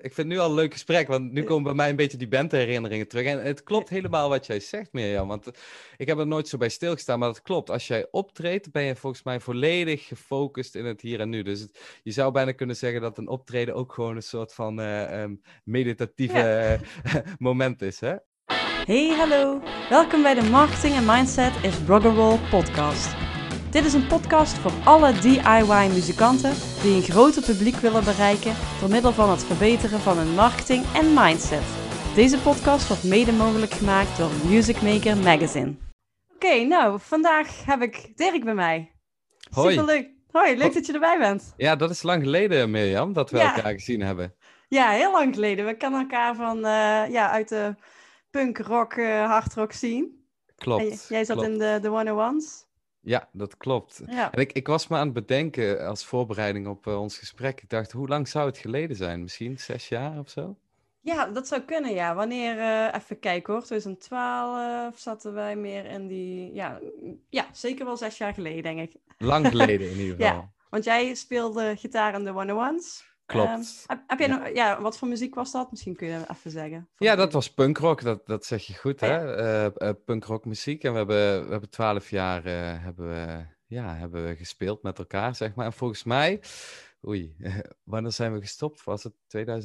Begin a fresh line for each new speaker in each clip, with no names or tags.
Ik vind het nu al een leuk gesprek, want nu komen bij mij een beetje die bandherinneringen terug. En het klopt helemaal wat jij zegt, Mirjam. Want ik heb er nooit zo bij stilgestaan, maar dat klopt. Als jij optreedt, ben je volgens mij volledig gefocust in het hier en nu. Dus je zou bijna kunnen zeggen dat een optreden ook gewoon een soort van meditatieve moment is, hè?
Hey, hallo. Welkom bij de Marketing en Mindset is Rock'n'Roll podcast. Dit is een podcast voor alle DIY-muzikanten die een groter publiek willen bereiken door middel van het verbeteren van hun marketing en mindset. Deze podcast wordt mede mogelijk gemaakt door Music Maker Magazine. Oké, nou, vandaag heb ik Dirk bij mij.
Hoi.
Superleuk. Hoi, leuk dat je erbij bent.
Ja, dat is lang geleden, Mirjam, dat we elkaar gezien hebben.
Ja, heel lang geleden. We kennen elkaar van, uit de punk, rock, hardrock scene.
Klopt.
En jij zat in de 101's.
Ja, dat klopt.
Ja.
En ik was me aan het bedenken als voorbereiding op ons gesprek. Ik dacht, hoe lang zou het geleden zijn? Misschien 6 jaar of zo?
Ja, dat zou kunnen, ja. Wanneer, even kijken hoor, 2012 zaten wij meer in die... Ja, zeker wel 6 jaar geleden, denk ik.
Lang geleden in ieder geval.
Ja, want jij speelde gitaar in de 101's.
Klopt.
Heb jij nog, wat voor muziek was dat? Misschien kun je even zeggen.
Ja, dat was punkrock, dat zeg je goed,
Oh,
hè? Punkrock muziek. En we hebben 12 jaar hebben we gespeeld met elkaar, zeg maar. En volgens mij, wanneer zijn we gestopt? Was het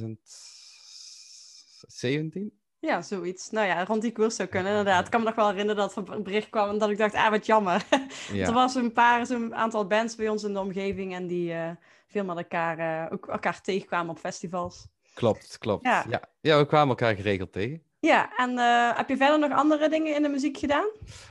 2017?
Ja, zoiets. Nou ja, rond die koers zou kunnen, inderdaad. Ik kan me nog wel herinneren dat er een bericht kwam en dat ik dacht, wat jammer.
Ja.
Er was zo'n aantal bands bij ons in de omgeving en die veel met elkaar tegenkwamen op festivals.
Klopt.
Ja.
Ja, we kwamen elkaar geregeld tegen.
Ja, en heb je verder nog andere dingen in de muziek gedaan?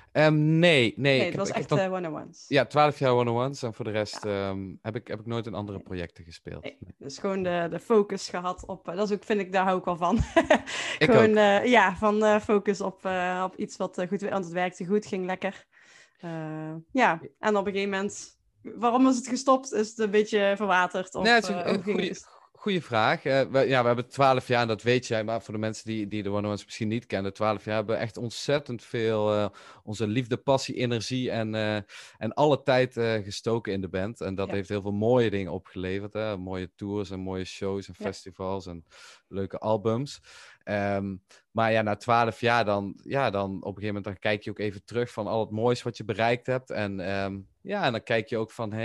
Nee.
Het was echt 101's.
Ja, 12 jaar 101's en voor de rest heb ik nooit in andere projecten gespeeld.
Nee. Dus gewoon de focus gehad op, dat is ook, vind ik, daar hou ik wel van.
Ik
gewoon, van focus op iets wat goed, want het werkte goed, ging lekker. En op een gegeven moment, waarom is het gestopt? Is het een beetje verwaterd? Of,
nee, het is een goede vraag. We hebben 12 jaar, en dat weet jij, maar voor de mensen die de 101's misschien niet kennen, 12 jaar hebben we echt ontzettend veel onze liefde, passie, energie en alle tijd gestoken in de band. En dat heeft heel veel mooie dingen opgeleverd. Hè? Mooie tours en mooie shows en festivals en leuke albums. Maar ja, na 12 jaar dan op een gegeven moment dan kijk je ook even terug van al het moois wat je bereikt hebt. En dan kijk je ook van,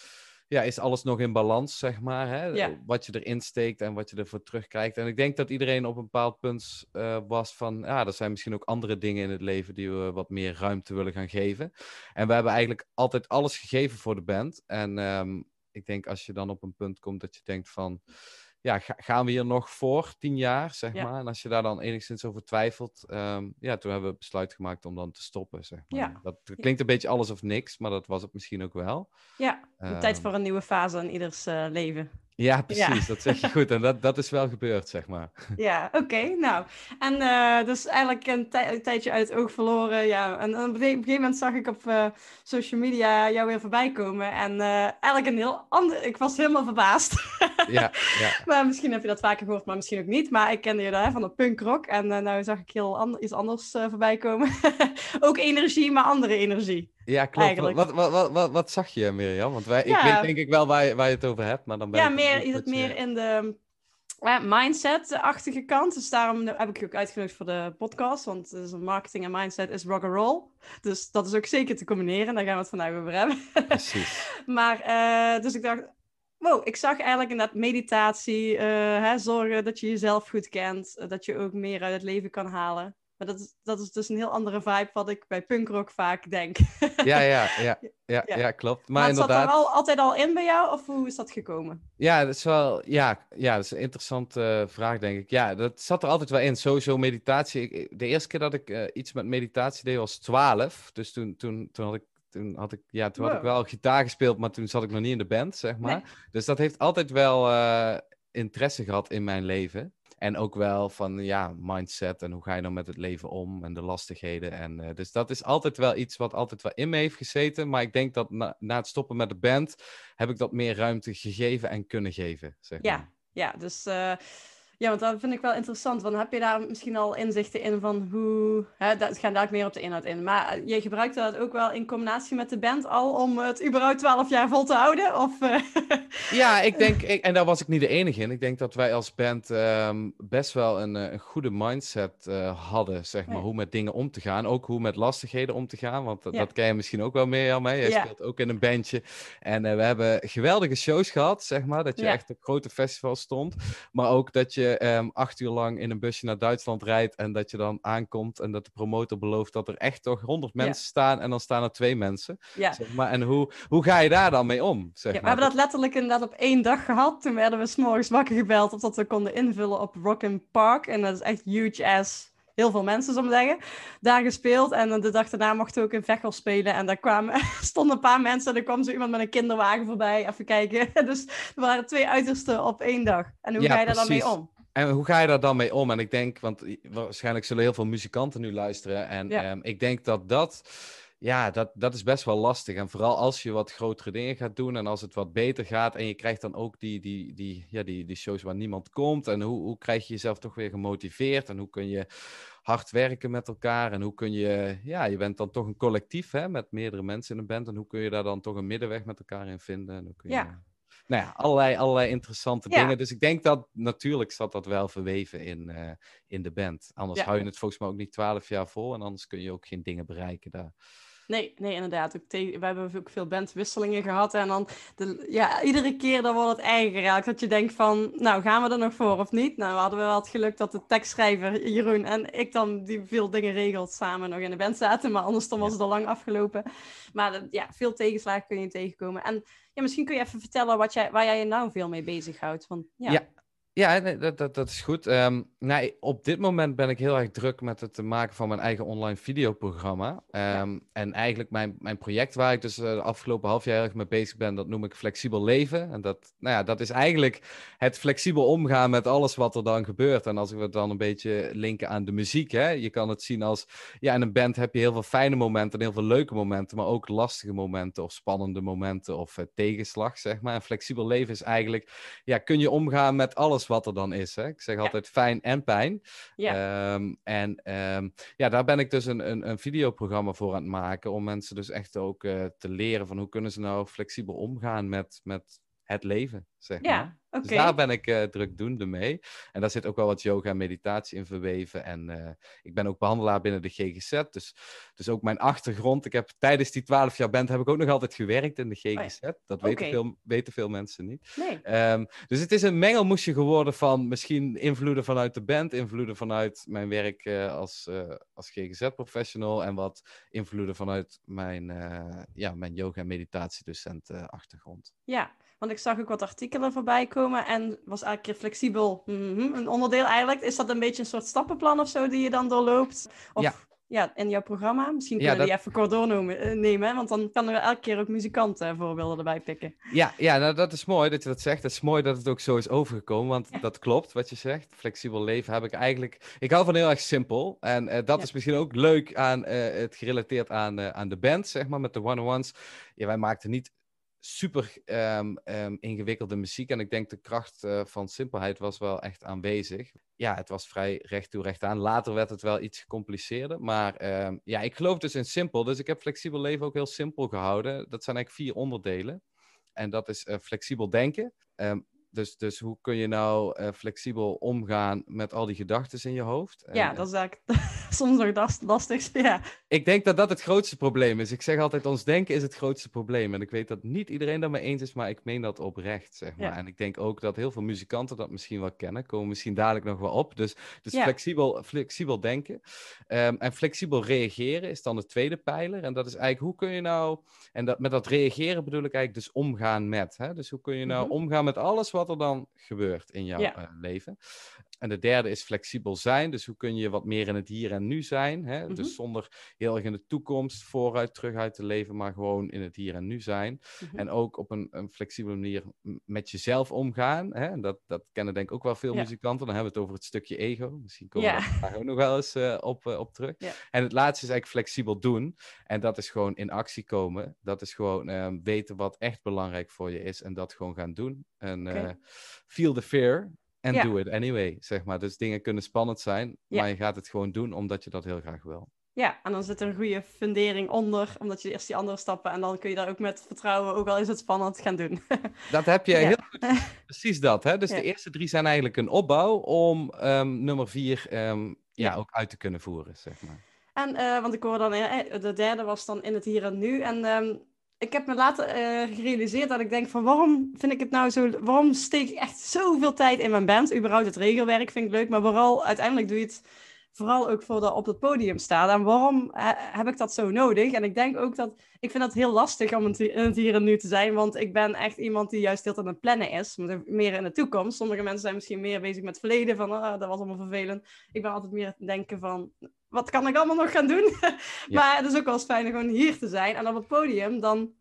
is alles nog in balans, zeg maar, hè?
Ja.
Wat je erin steekt en wat je ervoor terugkrijgt. En ik denk dat iedereen op een bepaald punt was van, er zijn misschien ook andere dingen in het leven die we wat meer ruimte willen gaan geven. En we hebben eigenlijk altijd alles gegeven voor de band. En ik denk als je dan op een punt komt dat je denkt van, gaan we hier nog voor 10 jaar, zeg maar? En als je daar dan enigszins over twijfelt, toen hebben we het besluit gemaakt om dan te stoppen, zeg maar.
Ja.
Dat klinkt een beetje alles of niks, maar dat was het misschien ook wel.
Ja, tijd voor een nieuwe fase in ieders leven.
Ja, precies. Dat zeg je goed. En dat is wel gebeurd, zeg maar.
Ja, oké. Nou, en dus eigenlijk een tijdje uit het oog verloren. Ja, en op een gegeven moment zag ik op social media jou weer voorbij komen. En eigenlijk een heel ander... Ik was helemaal verbaasd.
Ja.
Maar misschien heb je dat vaker gehoord, maar misschien ook niet. Maar ik kende je daar van de punkrock. En nou zag ik iets anders voorbij komen. Ook energie, maar andere energie.
Ja, klopt. Wat zag je, Mirjam? Want ik weet denk ik wel waar je het over hebt, maar dan ben ik
meer in de mindset-achtige kant. Dus daarom heb ik je ook uitgenodigd voor de podcast. Want het is marketing en mindset is rock'n'roll. Dus dat is ook zeker te combineren. Daar gaan we het vandaag over hebben.
Precies.
Maar, dus ik dacht... Wow, ik zag eigenlijk inderdaad meditatie. Zorgen dat je jezelf goed kent. Dat je ook meer uit het leven kan halen. Maar dat is dus een heel andere vibe wat ik bij punkrock vaak denk.
Ja, klopt. Maar
het
inderdaad...
zat er altijd al in bij jou, of hoe is dat gekomen?
Ja, dat is wel... dat is een interessante vraag, denk ik. Ja, dat zat er altijd wel in. Sowieso meditatie. De eerste keer dat ik iets met meditatie deed was 12. Dus toen had ik wel gitaar gespeeld, maar toen zat ik nog niet in de band, zeg maar. Nee. Dus dat heeft altijd wel interesse gehad in mijn leven. En ook wel van, mindset en hoe ga je nou met het leven om en de lastigheden. En dus dat is altijd wel iets wat altijd wel in me heeft gezeten. Maar ik denk dat na het stoppen met de band heb ik dat meer ruimte gegeven en kunnen geven, zeg maar.
Ja, dus Ja, want dat vind ik wel interessant. Want heb je daar misschien al inzichten in van hoe... Het gaat daar meer op de inhoud in. Maar je gebruikte dat ook wel in combinatie met de band al om het überhaupt 12 jaar vol te houden? Of,
Ja, ik denk, en daar was ik niet de enige in. Ik denk dat wij als band best wel een goede mindset hadden, zeg maar,
ja.
hoe met dingen om te gaan. Ook hoe met lastigheden om te gaan, want
Ja.
dat ken je misschien ook wel meer, Jan, mee. Jij
Ja.
speelt ook in een bandje. En we hebben geweldige shows gehad, zeg maar, dat je
Ja.
echt op grote festivals stond. Maar ook dat je 8 uur lang in een busje naar Duitsland rijdt en dat je dan aankomt en dat de promotor belooft dat er echt toch 100 mensen staan en dan staan er 2 mensen.
Ja.
Zeg maar. En hoe ga je daar dan mee om? Zeg
Ja, we
maar?
hebben dat letterlijk inderdaad op 1 dag gehad. Toen werden we 's morgens wakker gebeld of dat we konden invullen op Rock'n Park. En dat is echt huge ass. Heel veel mensen, zou ik zeggen. Daar gespeeld. En de dag daarna mochten we ook in Veghel spelen. En daar stonden een paar mensen. En er kwam zo iemand met een kinderwagen voorbij. Even kijken. Dus er waren 2 uitersten op 1 dag. En hoe ga je daar dan mee om?
En hoe ga je daar dan mee om? En ik denk, want waarschijnlijk zullen heel veel muzikanten nu luisteren. En ik denk dat is best wel lastig. En vooral als je wat grotere dingen gaat doen en als het wat beter gaat. En je krijgt dan ook die shows waar niemand komt. En hoe krijg je jezelf toch weer gemotiveerd? En hoe kun je hard werken met elkaar? En hoe kun je, je bent dan toch een collectief, hè, met meerdere mensen in een band. En hoe kun je daar dan toch een middenweg met elkaar in vinden? En hoe kun je... Nou ja, allerlei interessante dingen. Dus ik denk dat natuurlijk zat dat wel verweven in de band. Anders hou je het volgens mij ook niet 12 jaar vol. En anders kun je ook geen dingen bereiken daar.
Nee, inderdaad. We hebben ook veel bandwisselingen gehad. En dan, iedere keer dan wordt het eigen geraakt. Dat je denkt van, nou, gaan we er nog voor of niet? Nou, hadden we wel het geluk dat de tekstschrijver Jeroen en ik dan die veel dingen regelt samen nog in de band zaten. Maar anders dan was het al lang afgelopen. Maar veel tegenslagen kun je tegenkomen. En misschien kun je even vertellen waar jij je nou veel mee bezighoudt.
Ja, nee, dat is goed. Op dit moment ben ik heel erg druk met het maken van mijn eigen online videoprogramma. En eigenlijk mijn project waar ik dus de afgelopen half jaar erg mee bezig ben, dat noem ik Flexibel Leven. En dat is eigenlijk het flexibel omgaan met alles wat er dan gebeurt. En als we het dan een beetje linken aan de muziek, hè, je kan het zien als, in een band heb je heel veel fijne momenten en heel veel leuke momenten, maar ook lastige momenten of spannende momenten of tegenslag, zeg maar. En flexibel leven is eigenlijk, kun je omgaan met alles wat er dan is. Hè? Ik zeg altijd fijn en pijn.
Ja.
Daar ben ik dus een videoprogramma voor aan het maken om mensen dus echt ook te leren van hoe kunnen ze nou flexibel omgaan met het leven, zeg maar.
Okay.
Dus daar ben ik drukdoende mee. En daar zit ook wel wat yoga en meditatie in verweven. En ik ben ook behandelaar binnen de GGZ. Dus ook mijn achtergrond. Ik heb tijdens die 12 jaar band heb ik ook nog altijd gewerkt in de GGZ. Dat weten veel mensen niet.
Nee.
Dus het is een mengelmoesje geworden van misschien invloeden vanuit de band, invloeden vanuit mijn werk als GGZ-professional en wat invloeden vanuit mijn yoga- en meditatiedocent achtergrond.
Ja, want ik zag ook wat artikelen voorbij komen en was elke keer flexibel een onderdeel eigenlijk. Is dat een beetje een soort stappenplan of zo die je dan doorloopt? Of in jouw programma? Misschien kunnen we die even kort doornemen, want dan kunnen we elke keer ook muzikanten voorbeelden erbij pikken.
Nou, dat is mooi dat je dat zegt. Het is mooi dat het ook zo is overgekomen, want dat klopt wat je zegt. Flexibel leven heb ik eigenlijk... Ik hou van heel erg simpel. En dat is misschien ook leuk aan het gerelateerd aan de band, zeg maar, met de one-on-ones. Ja, wij maakten niet super ingewikkelde muziek. En ik denk de kracht van simpelheid was wel echt aanwezig. Ja, het was vrij recht toe, recht aan. Later werd het wel iets gecompliceerder. Maar ik geloof dus in simpel. Dus ik heb flexibel leven ook heel simpel gehouden. Dat zijn eigenlijk 4 onderdelen. En dat is flexibel denken. Dus hoe kun je nou flexibel omgaan met al die gedachten in je hoofd?
Dat is eigenlijk soms nog lastig. Ja.
Ik denk dat dat het grootste probleem is. Ik zeg altijd, ons denken is het grootste probleem. En ik weet dat niet iedereen daarmee eens is, maar ik meen dat oprecht, zeg maar. Ja. En ik denk ook dat heel veel muzikanten dat misschien wel kennen. Komen misschien dadelijk nog wel op. Dus flexibel denken. En flexibel reageren is dan de tweede pijler. En dat is eigenlijk, hoe kun je nou... En met dat reageren bedoel ik eigenlijk dus omgaan met. Hè? Dus hoe kun je nou omgaan met alles wat er dan gebeurt in jouw leven. En de derde is flexibel zijn. Dus hoe kun je wat meer in het hier en nu zijn. Hè? Dus zonder heel erg in de toekomst vooruit, terug uit te leven, maar gewoon in het hier en nu zijn. En ook op een flexibele manier met jezelf omgaan. Hè? En dat kennen denk ik ook wel veel muzikanten. Dan hebben we het over het stukje ego. Misschien komen we daar ook nog wel eens op terug. Ja. En het laatste is eigenlijk flexibel doen. En dat is gewoon in actie komen. Dat is gewoon weten wat echt belangrijk voor je is en dat gewoon gaan doen. En feel the fear. and do it anyway, zeg maar. Dus dingen kunnen spannend zijn, maar je gaat het gewoon doen omdat je dat heel graag wil.
Ja, en dan zit er een goede fundering onder, omdat je eerst die andere stappen en dan kun je daar ook met vertrouwen, ook al is het spannend, gaan doen.
Dat heb je heel goed. Precies dat, hè? Dus de eerste 3 zijn eigenlijk een opbouw om nummer 4 ook uit te kunnen voeren, zeg maar.
En, want ik hoor dan, de derde was dan in het hier en nu. En ik heb me later gerealiseerd dat ik denk van, waarom vind ik het nou zo, waarom steek ik echt zoveel tijd in mijn band? Überhaupt het regelwerk vind ik leuk, maar vooral, uiteindelijk doe je het vooral ook voor dat op het podium staan. En waarom heb ik dat zo nodig? En ik denk ook ik vind dat heel lastig om in het hier en nu te zijn, want ik ben echt iemand die juist heel aan het plannen is, meer in de toekomst. Sommige mensen zijn misschien meer bezig met het verleden, van dat was allemaal vervelend. Ik ben altijd meer aan het denken van, wat kan ik allemaal nog gaan doen? Maar het is ook wel eens fijn om gewoon hier te zijn. En op het podium, dan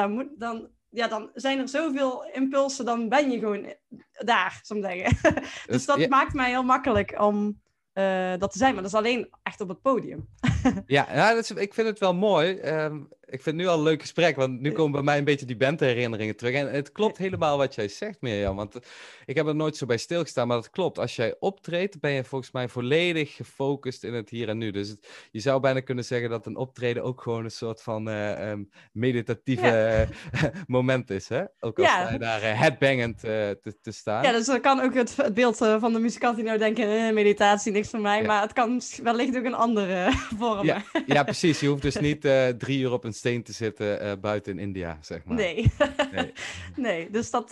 zijn er zoveel impulsen, dan ben je gewoon daar, zou ik zeggen. Dus dat maakt mij heel makkelijk om dat te zijn. Maar dat is alleen echt op het podium.
Ik vind het wel mooi. Ik vind het nu al een leuk gesprek, want nu komen bij mij een beetje die bandherinneringen terug. En het klopt helemaal wat jij zegt, Mirjam. Want ik heb er nooit zo bij stilgestaan, maar dat klopt. Als jij optreedt, ben je volgens mij volledig gefocust in het hier en nu. Dus je zou bijna kunnen zeggen dat een optreden ook gewoon een soort van meditatieve moment is, hè? Ook als wij daar headbangend te staan.
Ja, dus dan kan ook het beeld van de muzikant die nou denken, meditatie, niks voor mij. Maar het kan wellicht ook een andere vormen.
Ja, precies. Je hoeft dus niet 3 uur op een steen te zitten buiten in India, zeg maar.
Nee. Dus dat...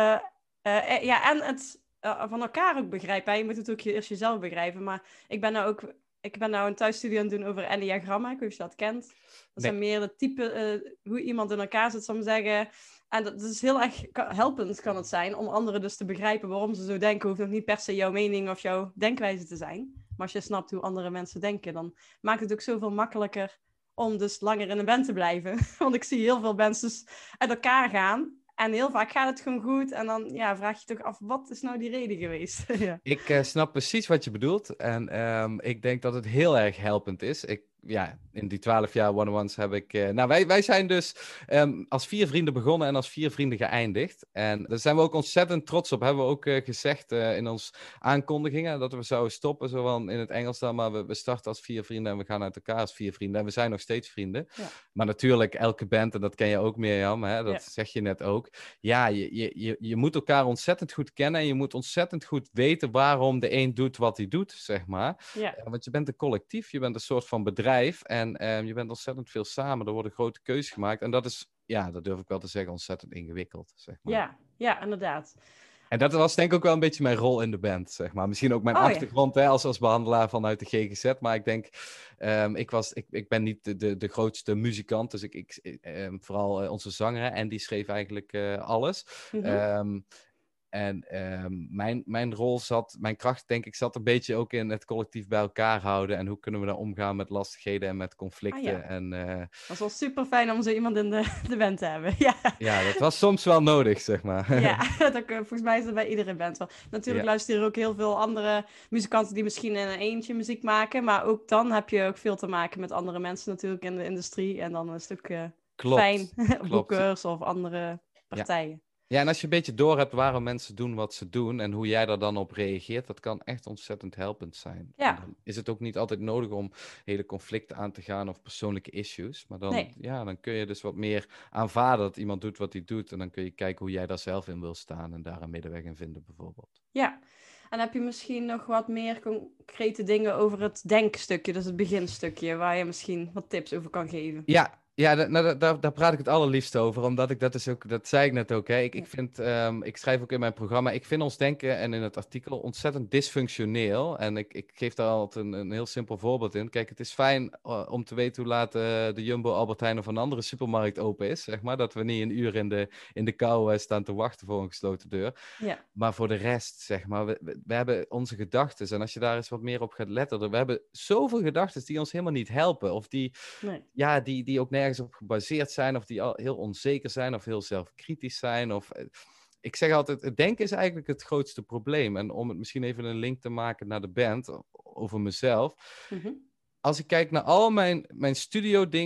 en het van elkaar ook begrijpen. Je moet het ook eerst jezelf begrijpen. Maar ik ben nou een thuisstudie aan het doen over enneagrammen. Ik weet niet of je dat kent. Dat zijn meer de type... hoe iemand in elkaar zit, zou ik zeggen. En dat is heel erg helpend, kan het zijn, om anderen dus te begrijpen waarom ze zo denken. Hoeft nog niet per se jouw mening of jouw denkwijze te zijn. Maar als je snapt hoe andere mensen denken, dan maakt het ook zoveel makkelijker om dus langer in een band te blijven. Want ik zie heel veel bands dus uit elkaar gaan. En heel vaak gaat het gewoon goed. En dan vraag je toch af, wat is nou die reden geweest?
Ik snap precies wat je bedoelt. En ik denk dat het heel erg helpend is. In die 12 jaar one-on-ones heb ik... wij zijn dus als 4 vrienden begonnen en als 4 vrienden geëindigd. En daar zijn we ook ontzettend trots op. Hebben we ook gezegd in ons aankondigingen dat we zouden stoppen. Zowel in het Engels dan, maar we starten als 4 vrienden en we gaan uit elkaar als 4 vrienden. En we zijn nog steeds vrienden. Ja. Maar natuurlijk, elke band, en dat ken je ook, Mirjam, hè, dat zeg je net ook. Ja, je moet elkaar ontzettend goed kennen en je moet ontzettend goed weten waarom de een doet wat hij doet, zeg maar. Ja. Want je bent een collectief, je bent een soort van bedrijf. En je bent ontzettend veel samen. Er worden grote keuzes gemaakt. En dat is, dat durf ik wel te zeggen, ontzettend ingewikkeld, zeg maar.
Ja, inderdaad.
En dat was denk ik ook wel een beetje mijn rol in de band, zeg maar. Misschien ook mijn achtergrond hè, als behandelaar vanuit de GGZ. Maar ik denk, ik ben niet de grootste muzikant. Dus vooral onze zanger, en die schreef eigenlijk alles. Mm-hmm. Mijn rol mijn kracht denk ik zat een beetje ook in het collectief bij elkaar houden. En hoe kunnen we daar omgaan met lastigheden en met conflicten.
Dat was wel super fijn om zo iemand in de band te hebben.
Ja, dat was soms wel nodig, zeg maar.
Ja, volgens mij is dat bij iedere band wel. Natuurlijk luisteren er ook heel veel andere muzikanten die misschien in een eentje muziek maken. Maar ook dan heb je ook veel te maken met andere mensen natuurlijk in de industrie. En dan is het ook fijn, boekers of andere partijen.
Ja, en als je een beetje doorhebt waarom mensen doen wat ze doen en hoe jij daar dan op reageert, dat kan echt ontzettend helpend zijn. Ja. Dan is het ook niet altijd nodig om hele conflicten aan te gaan of persoonlijke issues. Maar dan kun je dus wat meer aanvaarden dat iemand doet wat hij doet. En dan kun je kijken hoe jij daar zelf in wil staan en daar een middenweg in vinden bijvoorbeeld.
Ja, en heb je misschien nog wat meer concrete dingen over het denkstukje, dus het beginstukje, waar je misschien wat tips over kan geven?
Ja, daar praat ik het allerliefst over, omdat ik dat zei ik net ook, hè. Ik schrijf ook in mijn programma, ik vind ons denken en in het artikel ontzettend dysfunctioneel. En ik geef daar altijd een heel simpel voorbeeld in. Kijk, het is fijn om te weten hoe laat de Jumbo, Albert Heijn of een andere supermarkt open is, zeg maar. Dat we niet een uur in de kou staan te wachten voor een gesloten deur. Ja. Maar voor de rest, zeg maar, we hebben onze gedachten. En als je daar eens wat meer op gaat letten, we hebben zoveel gedachten die ons helemaal niet helpen. Of die ook nergens op gebaseerd zijn, of die al heel onzeker zijn, of heel zelfkritisch zijn. Ik zeg altijd, het denken is eigenlijk het grootste probleem. En om het misschien even een link te maken naar de band, over mezelf. Mm-hmm. Als ik kijk naar al mijn studio dingen, of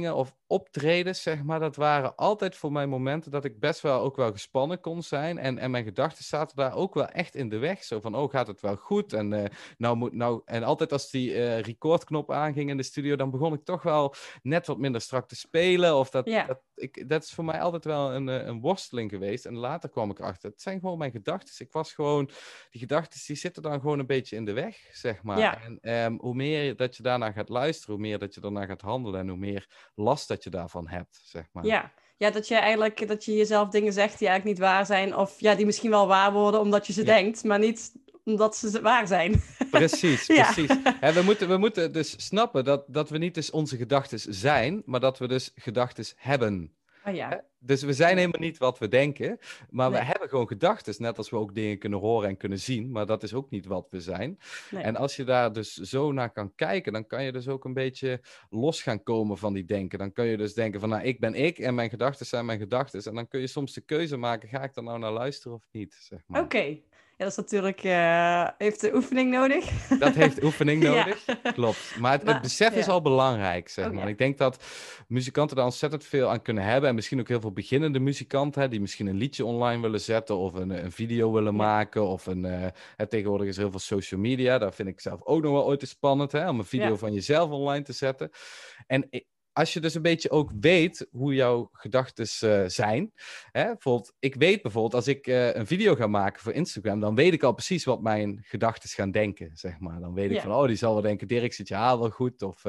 optredens, zeg maar, dat waren altijd voor mij momenten dat ik best wel ook wel gespannen kon zijn. En mijn gedachten zaten daar ook wel echt in de weg. Zo van, gaat het wel goed? En, en altijd als die recordknop aanging in de studio, dan begon ik toch wel net wat minder strak te spelen. Of dat is voor mij altijd wel een worsteling geweest. En later kwam ik erachter, het zijn gewoon mijn gedachten. Ik was gewoon, die gedachten die zitten dan gewoon een beetje in de weg, zeg maar.
Ja.
En hoe meer dat je daarna gaat luisteren, hoe meer dat je daarna gaat handelen en hoe meer last dat je daarvan hebt, zeg maar.
Ja, dat je jezelf dingen zegt die eigenlijk niet waar zijn. Of die misschien wel waar worden omdat je ze denkt, maar niet omdat ze waar zijn.
Precies. En we moeten dus snappen dat we niet dus onze gedachten zijn, maar dat we dus gedachten hebben.
Oh ja.
Dus we zijn helemaal niet wat we denken, maar
Nee.
we hebben gewoon gedachten, net als we ook dingen kunnen horen en kunnen zien, maar dat is ook niet wat we zijn.
Nee.
En als je daar dus zo naar kan kijken, dan kan je dus ook een beetje los gaan komen van die denken. Dan kun je dus denken van, nou, ik ben ik en mijn gedachten zijn mijn gedachten. En dan kun je soms de keuze maken, ga ik er nou naar luisteren of niet, zeg maar.
Oké. Ja, dat is natuurlijk, heeft de oefening nodig.
Dat heeft oefening nodig, klopt. Maar het besef is al belangrijk, zeg maar.
Ja.
En ik denk dat muzikanten daar ontzettend veel aan kunnen hebben. En misschien ook heel veel beginnende muzikanten, die misschien een liedje online willen zetten of een video willen maken. Of tegenwoordig is er heel veel social media. Daar vind ik zelf ook nog wel ooit eens spannend, om een video van jezelf online te zetten. En als je dus een beetje ook weet hoe jouw gedachten zijn. Bijvoorbeeld, ik weet bijvoorbeeld, als ik een video ga maken voor Instagram, dan weet ik al precies wat mijn gedachten gaan denken, zeg maar. Dan weet ik van, die zal wel denken, Dirk, zit je haar wel goed? Of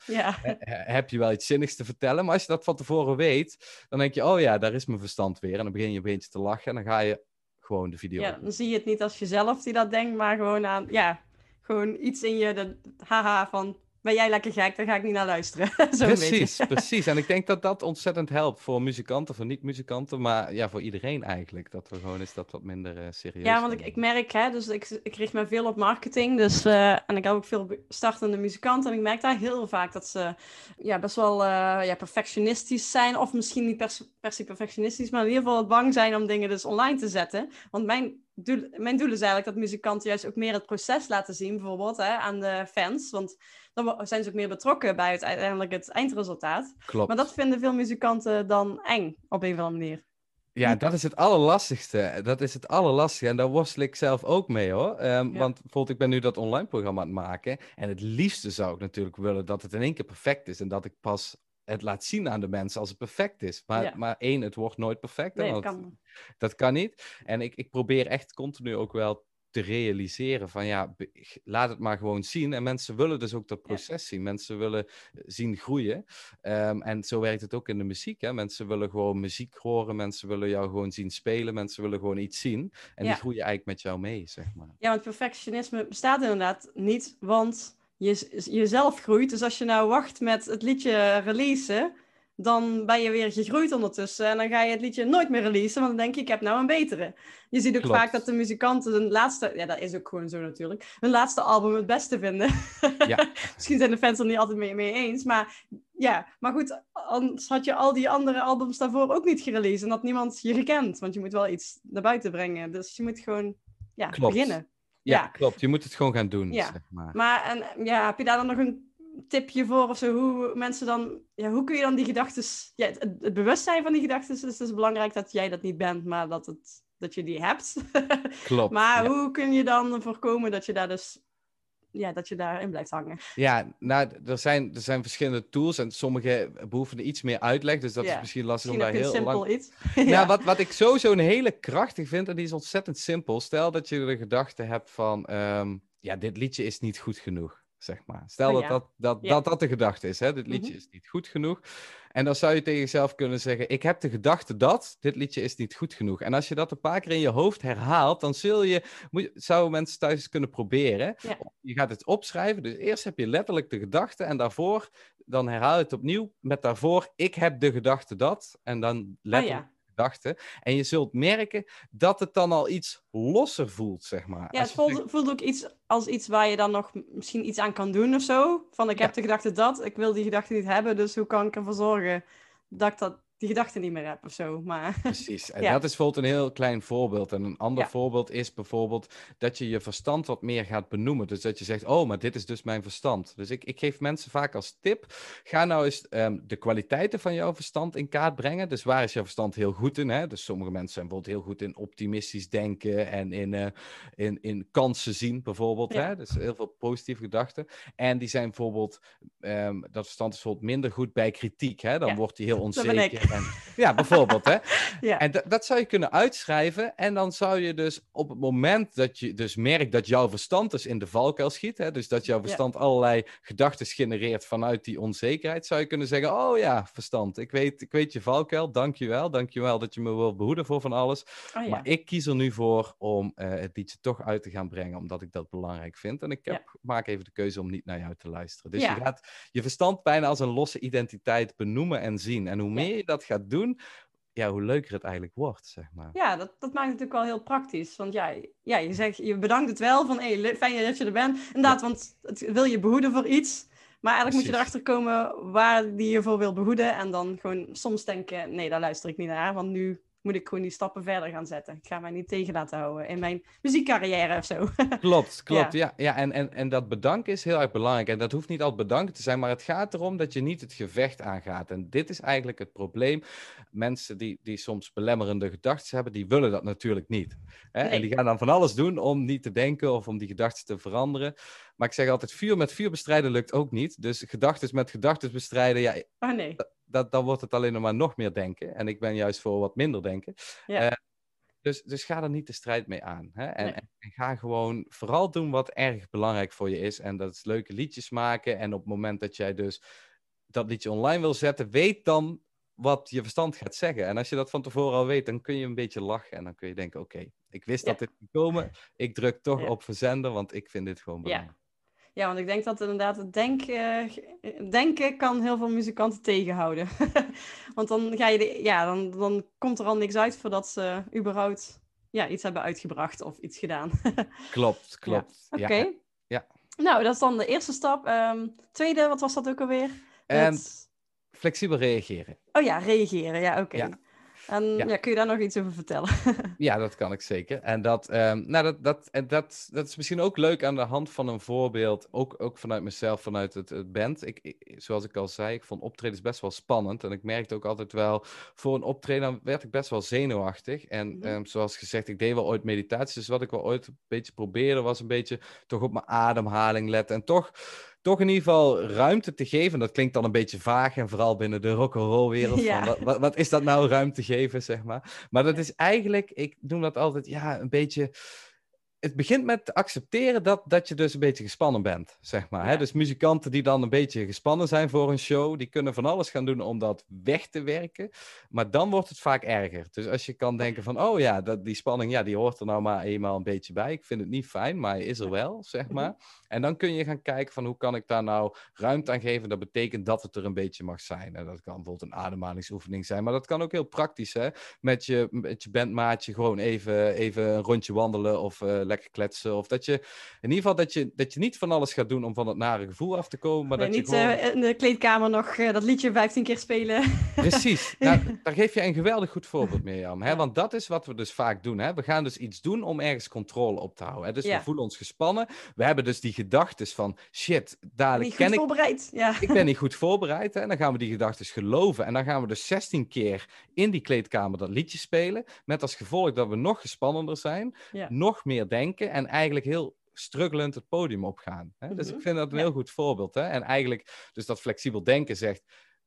heb je wel iets zinnigs te vertellen? Maar als je dat van tevoren weet, dan denk je, daar is mijn verstand weer. En dan begin je een beetje te lachen en dan ga je gewoon de video
dan zie je het niet als jezelf die dat denkt, maar gewoon aan, gewoon iets in je, haha, van... Ben jij lekker gek, dan ga ik niet naar luisteren.
Precies. En ik denk dat dat ontzettend helpt voor muzikanten, voor niet-muzikanten, maar voor iedereen eigenlijk. Dat we gewoon eens dat wat minder serieus
Ja, want ik merk, dus ik richt me veel op marketing. Dus, en ik heb ook veel startende muzikanten. En ik merk daar heel vaak dat ze best wel perfectionistisch zijn. Of misschien niet per se perfectionistisch, maar in ieder geval bang zijn om dingen dus online te zetten. Want mijn doel is eigenlijk dat muzikanten juist ook meer het proces laten zien, bijvoorbeeld aan de fans. Want dan zijn ze ook meer betrokken bij uiteindelijk het eindresultaat.
Klopt.
Maar dat vinden veel muzikanten dan eng, op een of andere manier.
Ja, dat is het allerlastigste. En daar worstel ik zelf ook mee, hoor. Want bijvoorbeeld, ik ben nu dat online programma aan het maken. En het liefste zou ik natuurlijk willen dat het in één keer perfect is. En dat ik pas het laat zien aan de mensen als het perfect is. Maar één, het wordt nooit perfect.
Nee,
dat kan niet. En ik probeer echt continu ook wel te realiseren van laat het maar gewoon zien. En mensen willen dus ook dat proces zien. Mensen willen zien groeien. En zo werkt het ook in de muziek. Hè? Mensen willen gewoon muziek horen. Mensen willen jou gewoon zien spelen. Mensen willen gewoon iets zien. En die groeien eigenlijk met jou mee, zeg maar.
Ja, want perfectionisme bestaat inderdaad niet, want jezelf groeit. Dus als je nou wacht met het liedje releasen, dan ben je weer gegroeid ondertussen. En dan ga je het liedje nooit meer releasen, want dan denk je, ik heb nou een betere. Je ziet ook vaak dat de muzikanten hun laatste... Ja, dat is ook gewoon zo natuurlijk. Hun laatste album het beste vinden.
Ja.
Misschien zijn de fans er niet altijd mee eens. Maar goed, anders had je al die andere albums daarvoor ook niet gereleased. En had niemand je gekend. Want je moet wel iets naar buiten brengen. Dus je moet gewoon beginnen.
Ja, klopt. Je moet het gewoon gaan doen,
ja.
zeg maar.
Maar heb je daar dan nog een tipje voor of zo? Hoe mensen dan... Ja, hoe kun je dan die gedachten... Ja, het bewustzijn van die gedachten is dus belangrijk dat jij dat niet bent, maar dat je die hebt.
Klopt.
Maar hoe kun je dan voorkomen dat je daar dus... Ja, dat je daarin blijft hangen?
Ja, nou, er zijn verschillende tools en sommige behoeven iets meer uitleg, dus dat is misschien lastig om daar heel lang...
Iets.
Nou, wat ik sowieso een hele krachtig vind, en die is ontzettend simpel. Stel dat je de gedachte hebt van, dit liedje is niet goed genoeg, zeg maar. Stel dat de gedachte is, hè? Dit liedje is niet goed genoeg. En dan zou je tegen jezelf kunnen zeggen, ik heb de gedachte dat dit liedje is niet goed genoeg. En als je dat een paar keer in je hoofd herhaalt, dan zouden mensen thuis eens kunnen proberen.
Ja.
Je gaat het opschrijven, dus eerst heb je letterlijk de gedachte en daarvoor, dan herhaal je het opnieuw met daarvoor, ik heb de gedachte dat. En dan letterlijk gedachte. En je zult merken dat het dan al iets losser voelt, zeg maar.
Ja, het voelt ook als iets waar je dan nog misschien iets aan kan doen of zo. Van, ik heb de gedachte dat, ik wil die gedachte niet hebben, dus hoe kan ik ervoor zorgen dat ik die gedachten niet meer heb of zo. Maar
Precies. En
ja.
dat is bijvoorbeeld een heel klein voorbeeld. En een ander
Ja.
voorbeeld is bijvoorbeeld dat je je verstand wat meer gaat benoemen. Dus dat je zegt, oh, maar dit is dus mijn verstand. Dus ik geef mensen vaak als tip, ga nou eens de kwaliteiten van jouw verstand in kaart brengen. Dus waar is jouw verstand heel goed in? Hè? Dus sommige mensen zijn bijvoorbeeld heel goed in optimistisch denken en in kansen zien bijvoorbeeld.
Ja.
Hè? Dus heel veel positieve gedachten. En die zijn bijvoorbeeld, dat verstand is bijvoorbeeld minder goed bij kritiek. Hè? Dan
Ja,
wordt hij heel
dat ben ik.
onzeker. En, ja, bijvoorbeeld. Hè?
Ja.
En dat zou je kunnen uitschrijven. En dan zou je dus op het moment dat je dus merkt dat jouw verstand dus in de valkuil schiet. Hè, dus dat jouw verstand allerlei gedachten genereert vanuit die onzekerheid. Zou je kunnen zeggen, oh ja, verstand. Ik weet je valkuil. Dankjewel. Dankjewel dat je me wilt behoeden voor van alles.
Oh, ja.
Maar ik kies er nu voor om het liedje toch uit te gaan brengen. Omdat ik dat belangrijk vind. En ik maak even de keuze om niet naar jou te luisteren. Dus je gaat je verstand bijna als een losse identiteit benoemen en zien. En hoe meer je dat gaat doen, ja, hoe leuker het eigenlijk wordt, zeg maar.
Ja, dat maakt het natuurlijk wel heel praktisch. Want je zegt, je bedankt het wel van, fijn dat je er bent. Inderdaad, want het wil je behoeden voor iets. Maar eigenlijk moet je erachter komen waar die je voor wil behoeden. En dan gewoon soms denken, nee, daar luister ik niet naar. Want nu moet ik gewoon die stappen verder gaan zetten. Ik ga mij niet tegen laten houden in mijn muziekcarrière of zo.
Klopt. Ja. En dat bedanken is heel erg belangrijk. En dat hoeft niet altijd bedankt te zijn, maar het gaat erom dat je niet het gevecht aangaat. En dit is eigenlijk het probleem. Mensen die soms belemmerende gedachten hebben, die willen dat natuurlijk niet. Hè?
Nee.
En die gaan dan van alles doen om niet te denken of om die gedachten te veranderen. Maar ik zeg altijd, vuur met vuur bestrijden lukt ook niet. Dus gedachten met gedachten bestrijden, ja,
nee.
Dan wordt het alleen maar nog meer denken. En ik ben juist voor wat minder denken.
Ja.
Dus ga er niet de strijd mee aan. Hè? En ga gewoon vooral doen wat erg belangrijk voor je is. En dat is leuke liedjes maken. En op het moment dat jij dus dat liedje online wil zetten, weet dan wat je verstand gaat zeggen. En als je dat van tevoren al weet, dan kun je een beetje lachen. En dan kun je denken, oké, ik wist dat dit ging komen. Ik druk toch op verzenden, want ik vind dit gewoon belangrijk.
Ja, want ik denk dat inderdaad het denken kan heel veel muzikanten tegenhouden. Want dan ga je dan komt er al niks uit voordat ze überhaupt iets hebben uitgebracht of iets gedaan.
Klopt.
Oké.
Ja.
Nou, dat is dan de eerste stap. Tweede, wat was dat ook alweer?
Flexibel reageren.
Oh ja, reageren. Ja, oké.
Ja.
En kun je daar nog iets over vertellen?
Ja, dat kan ik zeker. En dat is misschien ook leuk aan de hand van een voorbeeld. Ook vanuit mezelf, vanuit het band. Zoals ik al zei, ik vond optredens best wel spannend. En ik merkte ook altijd wel, voor een optreden dan werd ik best wel zenuwachtig. En zoals gezegd, ik deed wel ooit meditaties. Dus wat ik wel ooit een beetje probeerde, was een beetje toch op mijn ademhaling letten. En toch in ieder geval ruimte te geven. Dat klinkt dan een beetje vaag en vooral binnen de rock'n'roll wereld.
Ja.
Wat is dat nou, ruimte geven, zeg maar. Maar dat is eigenlijk, ik noem dat altijd, een beetje... Het begint met accepteren dat je dus een beetje gespannen bent, zeg maar.
Ja.
Hè? Dus muzikanten die dan een beetje gespannen zijn voor een show, die kunnen van alles gaan doen om dat weg te werken. Maar dan wordt het vaak erger. Dus als je kan denken van, oh ja, die spanning, die hoort er nou maar eenmaal een beetje bij. Ik vind het niet fijn, maar hij is er wel, zeg maar. En dan kun je gaan kijken van, hoe kan ik daar nou ruimte aan geven? Dat betekent dat het er een beetje mag zijn. En dat kan bijvoorbeeld een ademhalingsoefening zijn, maar dat kan ook heel praktisch, hè. Met je bandmaatje gewoon even een rondje wandelen of lekker kletsen. Of dat je in ieder geval dat je niet van alles gaat doen om van het nare gevoel af te komen. Maar dat
niet
je gewoon...
in de kleedkamer nog dat liedje 15 keer spelen.
Precies. Nou, daar geef je een geweldig goed voorbeeld, Mirjam. Hè? Want dat is wat we dus vaak doen. Hè? We gaan dus iets doen om ergens controle op te houden. Hè? Dus we voelen ons gespannen. We hebben dus die gedachtes van, shit, dadelijk
niet goed voorbereid. Ja.
Ik ben niet goed voorbereid. Hè? En dan gaan we die gedachtes geloven. En dan gaan we dus 16 keer in die kleedkamer dat liedje spelen. Met als gevolg dat we nog gespannender zijn. Nog meer denken. En eigenlijk heel struggelend het podium opgaan. Hè? Dus ik vind dat een heel goed voorbeeld. Hè? En eigenlijk, dus dat flexibel denken zegt,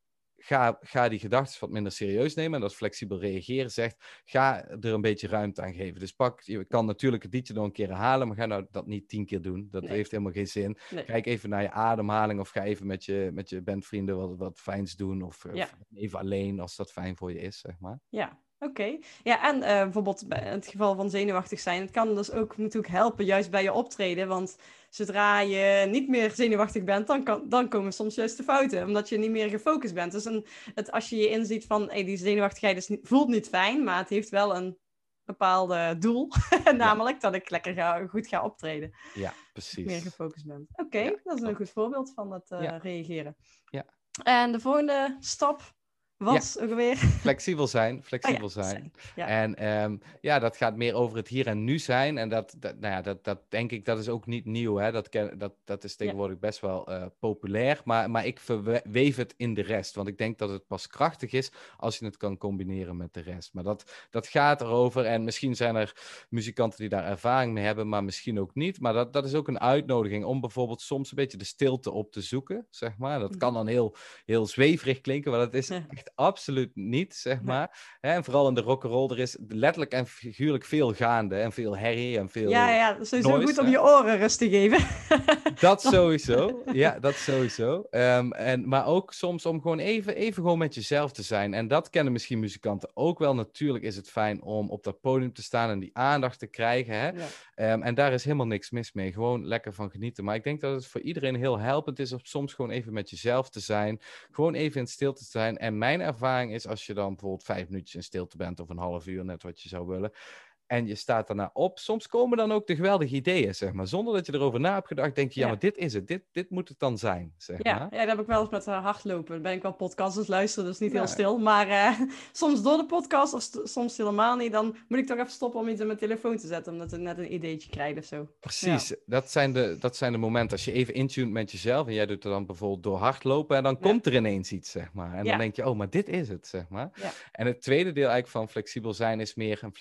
ga die gedachten wat minder serieus nemen. En dat flexibel reageren zegt, ga er een beetje ruimte aan geven. Dus je kan natuurlijk het liedje nog een keer herhalen, maar ga nou dat niet 10 keer doen. Dat heeft helemaal geen zin. Nee. Kijk even naar je ademhaling of ga even met je bandvrienden wat fijns doen. Of even alleen als dat fijn voor je is, zeg maar.
Ja. Oké. Ja, en bijvoorbeeld in het geval van zenuwachtig zijn, het kan dus ook natuurlijk helpen, juist bij je optreden, want zodra je niet meer zenuwachtig bent, dan komen soms juist de fouten, omdat je niet meer gefocust bent. Dus als je je inziet van, die zenuwachtigheid voelt niet fijn, maar het heeft wel een bepaalde doel, namelijk dat ik lekker goed ga optreden.
Ja, precies.
Meer gefocust bent. Oké, dat is een goed voorbeeld van het reageren.
Ja.
En de volgende stap was ook alweer?
Flexibel zijn.
Ja.
En dat gaat meer over het hier en nu zijn. En dat denk ik, dat is ook niet nieuw. Hè? Dat is tegenwoordig best wel populair. Maar ik verweef het in de rest. Want ik denk dat het pas krachtig is als je het kan combineren met de rest. Maar dat gaat erover. En misschien zijn er muzikanten die daar ervaring mee hebben, maar misschien ook niet. Maar dat is ook een uitnodiging om bijvoorbeeld soms een beetje de stilte op te zoeken, zeg maar. Dat kan dan heel, heel zweverig klinken, maar dat is echt absoluut niet, zeg maar. En vooral in de rock'n'roll, er is letterlijk en figuurlijk veel gaande en veel herrie en veel
Ja, sowieso
noise,
goed om je oren rust te geven.
Dat sowieso. Ja, dat sowieso. Maar ook soms om gewoon even gewoon met jezelf te zijn. En dat kennen misschien muzikanten ook wel. Natuurlijk is het fijn om op dat podium te staan en die aandacht te krijgen. Hè?
Ja.
En daar is helemaal niks mis mee. Gewoon lekker van genieten. Maar ik denk dat het voor iedereen heel helpend is om soms gewoon even met jezelf te zijn. Gewoon even in stilte te zijn. En mijn ervaring is, als je dan bijvoorbeeld 5 minuutjes in stilte bent of een half uur, net wat je zou willen. En je staat daarna op. Soms komen dan ook de geweldige ideeën, zeg maar. Zonder dat je erover na hebt gedacht, denk je, maar dit is het. Dit moet het dan zijn, zeg maar.
Ja, dat heb ik wel eens met hardlopen. Dan ben ik wel podcasts luisteren, dus niet heel stil. Maar soms door de podcast, of soms helemaal niet, dan moet ik toch even stoppen om iets in mijn telefoon te zetten. Omdat ik net een ideetje krijg of zo.
Precies, dat zijn de momenten. Als je even intuned met jezelf, en jij doet het dan bijvoorbeeld door hardlopen, en dan komt er ineens iets, zeg maar. En dan denk je, maar dit is het, zeg maar. Ja. En het tweede deel eigenlijk van flexibel zijn is meer een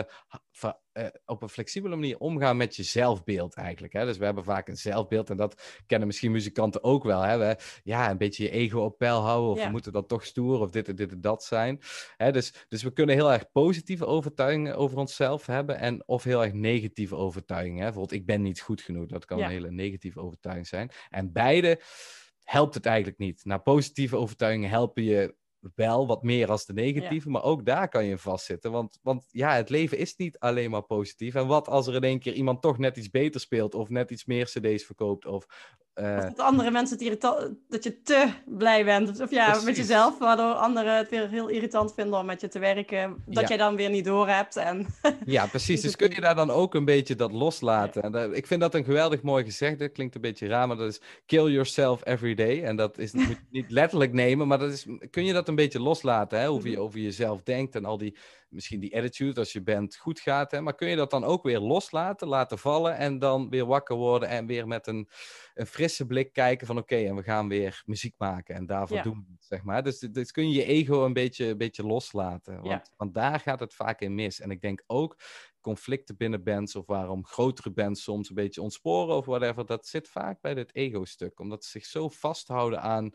op een flexibele manier omgaan met je zelfbeeld eigenlijk. Hè? Dus we hebben vaak een zelfbeeld en dat kennen misschien muzikanten ook wel. Hè? Een beetje je ego op peil houden of we moeten dan toch stoer of dit en dat zijn. Hè? Dus we kunnen heel erg positieve overtuigingen over onszelf hebben of heel erg negatieve overtuigingen. Hè? Bijvoorbeeld ik ben niet goed genoeg. Dat kan een hele negatieve overtuiging zijn. En beide helpt het eigenlijk niet. Nou, positieve overtuigingen helpen je wel wat meer als de negatieve, maar ook daar kan je in vastzitten. Want het leven is niet alleen maar positief. En wat als er in één keer iemand toch net iets beter speelt of net iets meer cd's verkoopt of
dat andere mensen het irritant, dat je te blij bent. Of met jezelf, waardoor anderen het weer heel irritant vinden om met je te werken. Dat jij dan weer niet door hebt.
Ja, precies. Dus kun je daar dan ook een beetje dat loslaten. En ik vind dat een geweldig mooi gezegde. Klinkt een beetje raar, maar dat is kill yourself every day. En dat is niet letterlijk nemen, maar kun je dat een beetje loslaten. Hè? Hoe je over jezelf denkt en al misschien die attitude als je bent goed gaat. Hè? Maar kun je dat dan ook weer loslaten, laten vallen en dan weer wakker worden en weer met een frisse blik kijken van oké, en we gaan weer muziek maken en daarvoor doen we het, zeg maar. Dus kun je je ego een beetje loslaten, want daar gaat het vaak in mis. En ik denk ook conflicten binnen bands of waarom grotere bands soms een beetje ontsporen of whatever, dat zit vaak bij dit ego-stuk, omdat ze zich zo vasthouden aan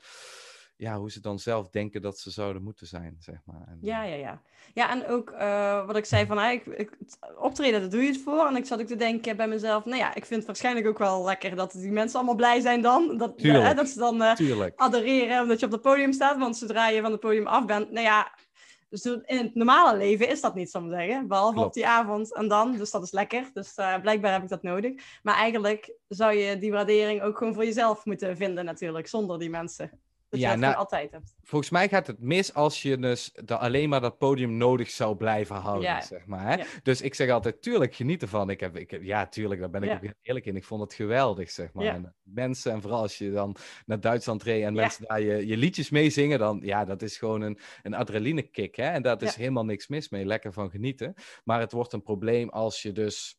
hoe ze dan zelf denken dat ze zouden moeten zijn, zeg maar.
Ja, en ook wat ik zei van, optreden, daar doe je het voor. En ik zat ook te denken bij mezelf, ik vind het waarschijnlijk ook wel lekker dat die mensen allemaal blij zijn dan. Dat ze dan adoreren omdat je op het podium staat. Want zodra je van het podium af bent, dus in het normale leven is dat niet, zal ik maar zeggen. Behalve op die avond en dan, dus dat is lekker. Dus blijkbaar heb ik dat nodig. Maar eigenlijk zou je die waardering ook gewoon voor jezelf moeten vinden natuurlijk, zonder die mensen. Dat je dat altijd hebt.
Volgens mij gaat het mis als je dus alleen maar dat podium nodig zou blijven houden, zeg maar. Hè? Ja. Dus ik zeg altijd, tuurlijk, geniet ervan. Tuurlijk, daar ben ik ook heel eerlijk in. Ik vond het geweldig, zeg maar. En mensen, en vooral als je dan naar Duitsland reed en mensen daar je liedjes meezingen, dan, dat is gewoon een adrenalinekick, hè. En daar is helemaal niks mis mee. Lekker van genieten. Maar het wordt een probleem als je dus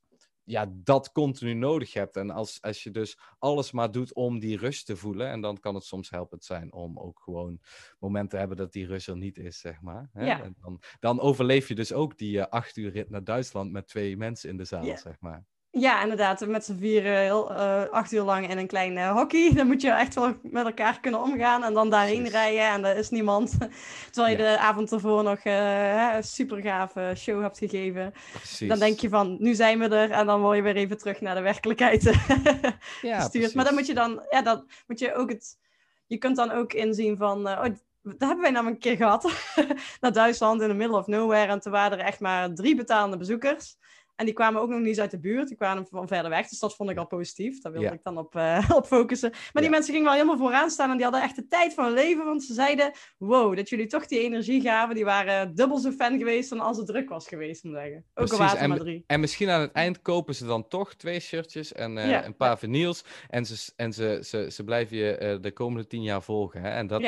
dat continu nodig hebt. En als je dus alles maar doet om die rust te voelen. En dan kan het soms helpend zijn om ook gewoon momenten te hebben dat die rust er niet is, zeg maar. Hè? Ja. En dan overleef je dus ook die 8 uur rit naar Duitsland met 2 mensen in de zaal, zeg maar.
Ja, inderdaad. Met z'n vieren 8 uur lang in een klein hockey. Dan moet je echt wel met elkaar kunnen omgaan. En dan daarheen rijden en er is niemand. Terwijl je de avond ervoor nog een super gave show hebt gegeven. Precies. Dan denk je van, nu zijn we er. En dan word je weer even terug naar de werkelijkheid gestuurd. Maar dan moet je dan moet je ook je kunt dan ook inzien van, dat hebben wij namelijk een keer gehad. Naar Duitsland in the middle of nowhere. En toen waren er echt maar 3 betalende bezoekers. En die kwamen ook nog niet eens uit de buurt. Die kwamen van verder weg. Dus dat vond ik al positief. Daar wilde
Ja.
ik dan op focussen. Maar die mensen gingen wel helemaal vooraan staan. En die hadden echt de tijd van hun leven. Want ze zeiden, wow, dat jullie toch die energie gaven. Die waren dubbel zo fan geweest dan als het druk was geweest, moet ik zeggen. Ook al waren er maar 3.
En misschien aan het eind kopen ze dan toch 2 shirtjes en een paar vinyls. En ze blijven je de komende 10 jaar volgen. Hè? En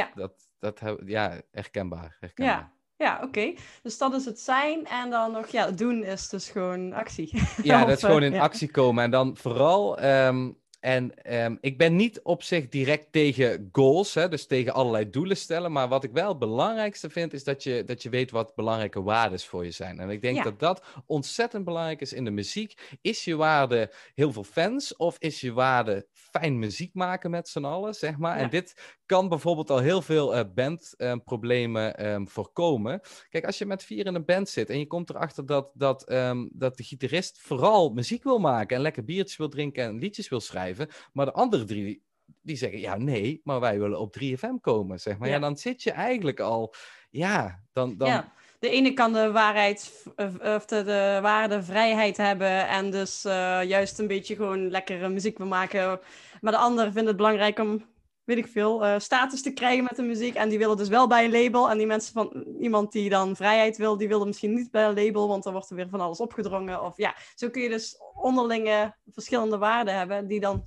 herkenbaar.
Ja, oké. Dus dat is het zijn. En dan nog, het doen is dus gewoon actie.
Ja, dat is gewoon in actie komen. En dan vooral... ik ben niet op zich direct tegen goals, hè, dus tegen allerlei doelen stellen. Maar wat ik wel het belangrijkste vind, is dat je weet wat belangrijke waarden voor je zijn. En ik denk dat dat ontzettend belangrijk is in de muziek. Is je waarde heel veel fans of is je waarde fijn muziek maken met z'n allen, zeg maar? Ja. En dit kan bijvoorbeeld al heel veel bandproblemen voorkomen. Kijk, als je met 4 in een band zit en je komt erachter dat de gitarist vooral muziek wil maken en lekker biertjes wil drinken en liedjes wil schrijven, maar de andere 3 die zeggen, ja, nee, maar wij willen op 3FM komen, zeg maar. Ja, dan zit je eigenlijk al, dan...
Ja. De ene kan de waarheid of de waarde vrijheid hebben en dus juist een beetje gewoon lekkere muziek wil maken. Maar de ander vindt het belangrijk om, weet ik veel, status te krijgen met de muziek. En die willen dus wel bij een label. En die mensen van iemand die dan vrijheid wil, die wil misschien niet bij een label, want dan wordt er weer van alles opgedrongen. Of zo kun je dus onderlinge verschillende waarden hebben die dan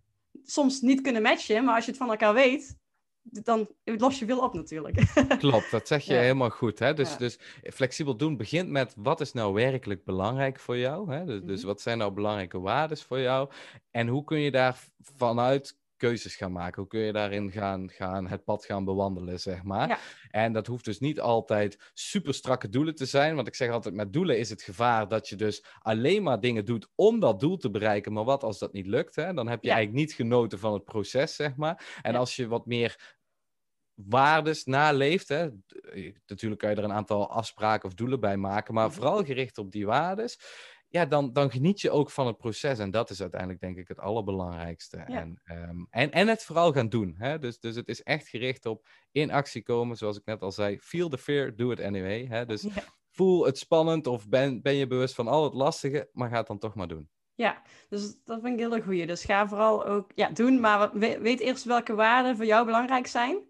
soms niet kunnen matchen. Maar als je het van elkaar weet, dan los je veel op natuurlijk.
Klopt, dat zeg je helemaal goed. Hè? Dus flexibel doen begint met wat is nou werkelijk belangrijk voor jou? Hè? Dus wat zijn nou belangrijke waarden voor jou? En hoe kun je daar vanuit keuzes gaan maken? Hoe kun je daarin het pad gaan bewandelen, zeg maar? Ja. En dat hoeft dus niet altijd super strakke doelen te zijn. Want ik zeg altijd, met doelen is het gevaar dat je dus alleen maar dingen doet om dat doel te bereiken. Maar wat als dat niet lukt? Hè? Dan heb je eigenlijk niet genoten van het proces, zeg maar. En als je wat meer waardes naleeft, hè? Natuurlijk kan je er een aantal afspraken of doelen bij maken, maar vooral gericht op die waardes, dan geniet je ook van het proces. En dat is uiteindelijk denk ik het allerbelangrijkste. Ja. En het vooral gaan doen. Hè? Dus het is echt gericht op in actie komen, zoals ik net al zei. Feel the fear, do it anyway. Hè? Dus voel het spannend of ben je bewust van al het lastige, maar ga het dan toch maar doen.
Ja, dus dat vind ik heel goed. Dus ga vooral ook doen, maar weet eerst welke waarden voor jou belangrijk zijn.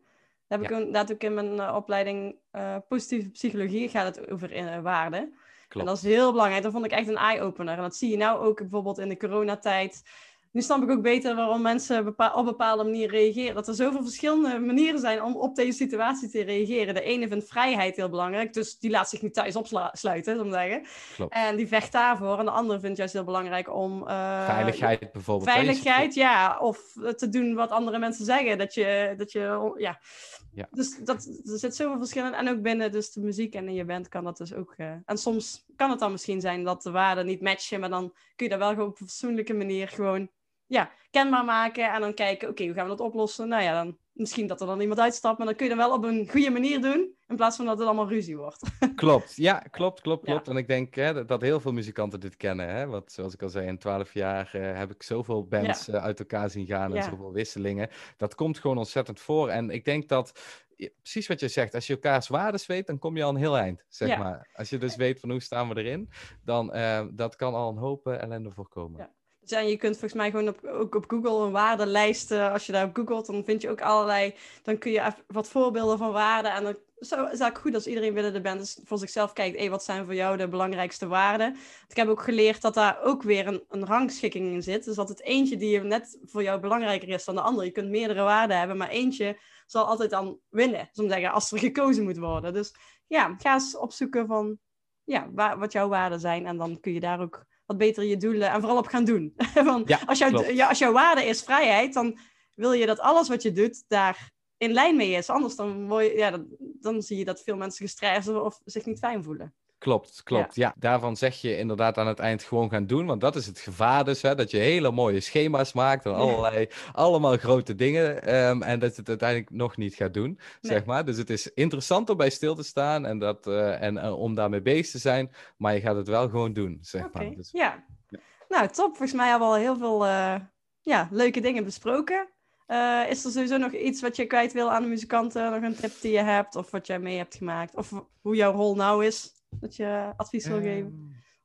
Dat doe ik in mijn opleiding positieve psychologie, gaat het over waarden. Klopt. En dat is heel belangrijk. Dat vond ik echt een eye-opener. En dat zie je nou ook bijvoorbeeld in de coronatijd. Nu snap ik ook beter waarom mensen op bepaalde manieren reageren. Dat er zoveel verschillende manieren zijn om op deze situatie te reageren. De ene vindt vrijheid heel belangrijk, dus die laat zich niet thuis opsluiten, zou ik zeggen. Klopt. En die vecht daarvoor. En de andere vindt juist heel belangrijk om...
veiligheid bijvoorbeeld.
Veiligheid, of te doen wat andere mensen zeggen. Ja. Dus er zit zoveel verschil in. En ook binnen dus de muziek en in je band kan dat dus ook... En soms kan het dan misschien zijn dat de waarden niet matchen, maar dan kun je dat wel gewoon op een fatsoenlijke manier gewoon kenbaar maken. En dan kijken, oké, hoe gaan we dat oplossen? Nou ja, dan misschien dat er dan iemand uitstapt, maar dan kun je dat wel op een goede manier doen, in plaats van dat het allemaal ruzie wordt.
Klopt, klopt. Ja. En ik denk dat heel veel muzikanten dit kennen. Hè? Want zoals ik al zei, in 12 jaar heb ik zoveel bands uit elkaar zien gaan en zoveel wisselingen. Dat komt gewoon ontzettend voor. En ik denk dat, precies wat je zegt, als je elkaars waardes weet, dan kom je al een heel eind, zeg maar. Als je dus weet van hoe staan we erin, dan dat kan al een hoop ellende voorkomen. Ja.
Dus je kunt volgens mij gewoon ook op Google een waardenlijst, als je daar op googelt, dan vind je ook allerlei, dan kun je wat voorbeelden van waarden. En dan is het eigenlijk goed als iedereen binnen de band dus voor zichzelf kijkt, wat zijn voor jou de belangrijkste waarden? Ik heb ook geleerd dat daar ook weer een rangschikking in zit. Dus dat het eentje die net voor jou belangrijker is dan de andere. Je kunt meerdere waarden hebben, maar eentje zal altijd dan winnen, als er gekozen moet worden. Dus ga eens opzoeken van wat jouw waarden zijn en dan kun je daar ook wat beter je doelen en vooral op gaan doen. Want als jouw waarde is vrijheid, dan wil je dat alles wat je doet daar in lijn mee is. Anders dan zie je dat veel mensen gestrest of zich niet fijn voelen.
Klopt. Ja, daarvan zeg je inderdaad aan het eind gewoon gaan doen. Want dat is het gevaar dus, hè, dat je hele mooie schema's maakt en allemaal grote dingen. En dat je het uiteindelijk nog niet gaat doen, zeg maar. Dus het is interessant om bij stil te staan en om daarmee bezig te zijn. Maar je gaat het wel gewoon doen, zeg maar. Dus,
ja. Nou, top. Volgens mij hebben we al heel veel leuke dingen besproken. Is er sowieso nog iets wat je kwijt wil aan de muzikanten? Nog een tip die je hebt of wat jij mee hebt gemaakt? Of hoe jouw rol nou is? Dat je advies wil geven? Of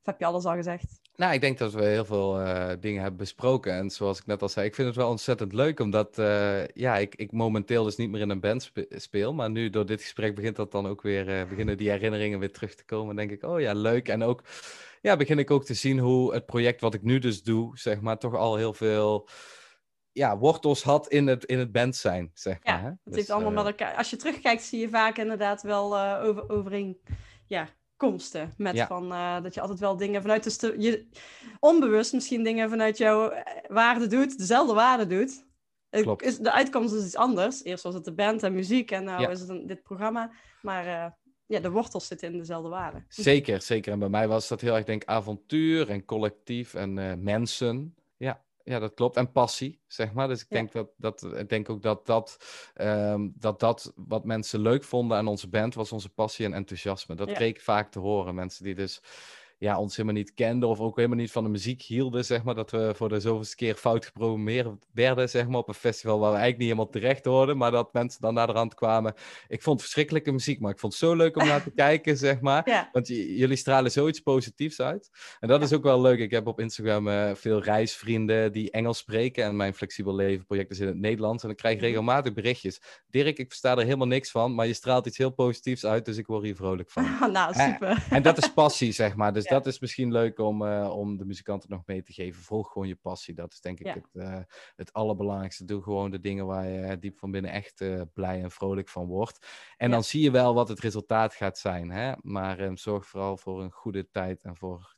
heb je alles al gezegd?
Nou, ik denk dat we heel veel dingen hebben besproken. En zoals ik net al zei, ik vind het wel ontzettend leuk, omdat ik momenteel dus niet meer in een band speel. Maar nu door dit gesprek begint dat dan ook weer, beginnen die herinneringen weer terug te komen. Dan denk ik, oh ja, leuk. En ook, begin ik ook te zien hoe het project wat ik nu dus doe, zeg maar, toch al heel veel wortels had in het band zijn, zeg maar. Hè?
Het
Dus,
heeft allemaal met elkaar. Als je terugkijkt, zie je vaak inderdaad wel overeenkomsten. Met van dat je altijd wel dingen vanuit je onbewust misschien dingen vanuit jouw waarde doet, dezelfde waarde doet.
Klopt.
De uitkomst is iets anders. Eerst was het de band en muziek en nu is het dit programma. Maar de wortels zitten in dezelfde waarden.
Zeker, zeker. En bij mij was dat heel erg, denk ik, avontuur en collectief en mensen. Ja, dat klopt. En passie, zeg maar. Dus ik denk ook dat wat mensen leuk vonden aan onze band was onze passie en enthousiasme. Dat kreeg ik vaak te horen. Mensen die dus ons helemaal niet kenden of ook helemaal niet van de muziek hielden, zeg maar. Dat we voor de zoveelste keer fout geprogrammeerd werden, zeg maar, op een festival waar we eigenlijk niet helemaal terecht hoorden. Maar dat mensen dan naar de rand kwamen. Ik vond verschrikkelijke muziek, maar ik vond het zo leuk om naar te kijken, zeg maar.
Ja.
Want jullie stralen zoiets positiefs uit. En dat is ook wel leuk. Ik heb op Instagram veel reisvrienden die Engels spreken. En mijn Flexibel Leven project is in het Nederlands. En dan krijg ik regelmatig berichtjes. Dirk, ik versta er helemaal niks van, maar je straalt iets heel positiefs uit, dus ik word hier vrolijk van.
Nou, super.
En dat is passie, zeg maar. Dus dat is misschien leuk om de muzikanten nog mee te geven. Volg gewoon je passie. Dat is denk ik het allerbelangrijkste. Doe gewoon de dingen waar je diep van binnen echt blij en vrolijk van wordt. En dan zie je wel wat het resultaat gaat zijn. Hè? Maar zorg vooral voor een goede tijd en voor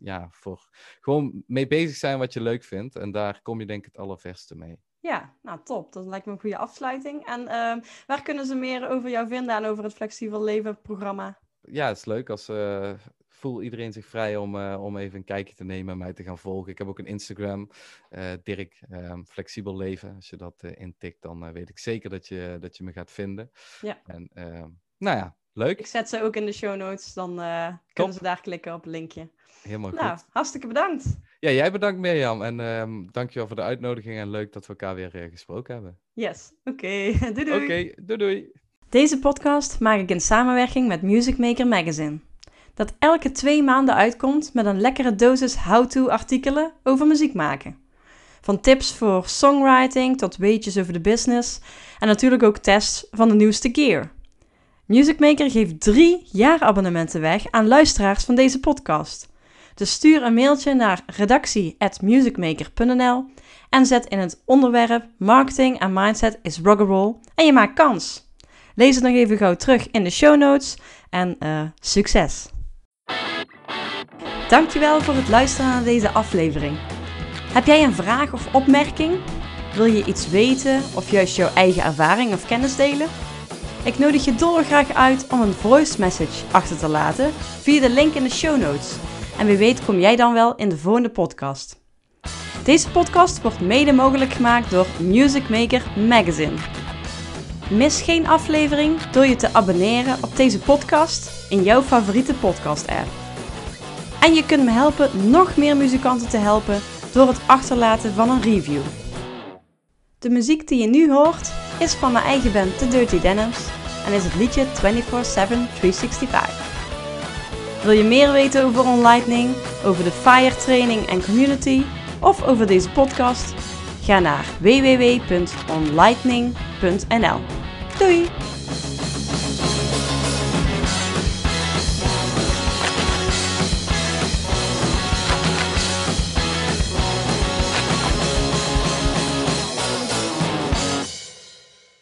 gewoon mee bezig zijn wat je leuk vindt. En daar kom je denk ik het allerverste mee.
Ja, nou top. Dat lijkt me een goede afsluiting. En waar kunnen ze meer over jou vinden en over het Flexibel Leven programma?
Ja, het is leuk als... voel iedereen zich vrij om even een kijkje te nemen en mij te gaan volgen. Ik heb ook een Instagram, Dirk Flexibel Leven. Als je dat intikt, dan weet ik zeker dat je me gaat vinden.
Ja.
En leuk.
Ik zet ze ook in de show notes, dan kunnen ze daar klikken op het linkje.
Helemaal
goed. Hartstikke bedankt.
Ja, jij bedankt Mirjam en dankjewel voor de uitnodiging en leuk dat we elkaar weer gesproken hebben.
Yes, oké. Doei doei.
Oké, doei.
Deze podcast maak ik in samenwerking met Music Maker Magazine. Dat elke 2 maanden uitkomt met een lekkere dosis how-to artikelen over muziek maken. Van tips voor songwriting tot weetjes over de business en natuurlijk ook tests van de nieuwste gear. Music Maker geeft 3 jaarabonnementen weg aan luisteraars van deze podcast. Dus stuur een mailtje naar redactie@musicmaker.nl en zet in het onderwerp Marketing en Mindset is Rock'n'Roll en je maakt kans. Lees het nog even gauw terug in de show notes en succes! Dankjewel voor het luisteren naar deze aflevering. Heb jij een vraag of opmerking? Wil je iets weten of juist jouw eigen ervaring of kennis delen? Ik nodig je dolgraag uit om een voice message achter te laten via de link in de show notes. En wie weet kom jij dan wel in de volgende podcast. Deze podcast wordt mede mogelijk gemaakt door Music Maker Magazine. Mis geen aflevering door je te abonneren op deze podcast in jouw favoriete podcast-app. En je kunt me helpen nog meer muzikanten te helpen door het achterlaten van een review. De muziek die je nu hoort is van mijn eigen band The Dirty Denims en is het liedje 24/7/365. Wil je meer weten over OnLightning, over de FIRE training en community of over deze podcast? Ga naar www.onlightning.nl. Doei!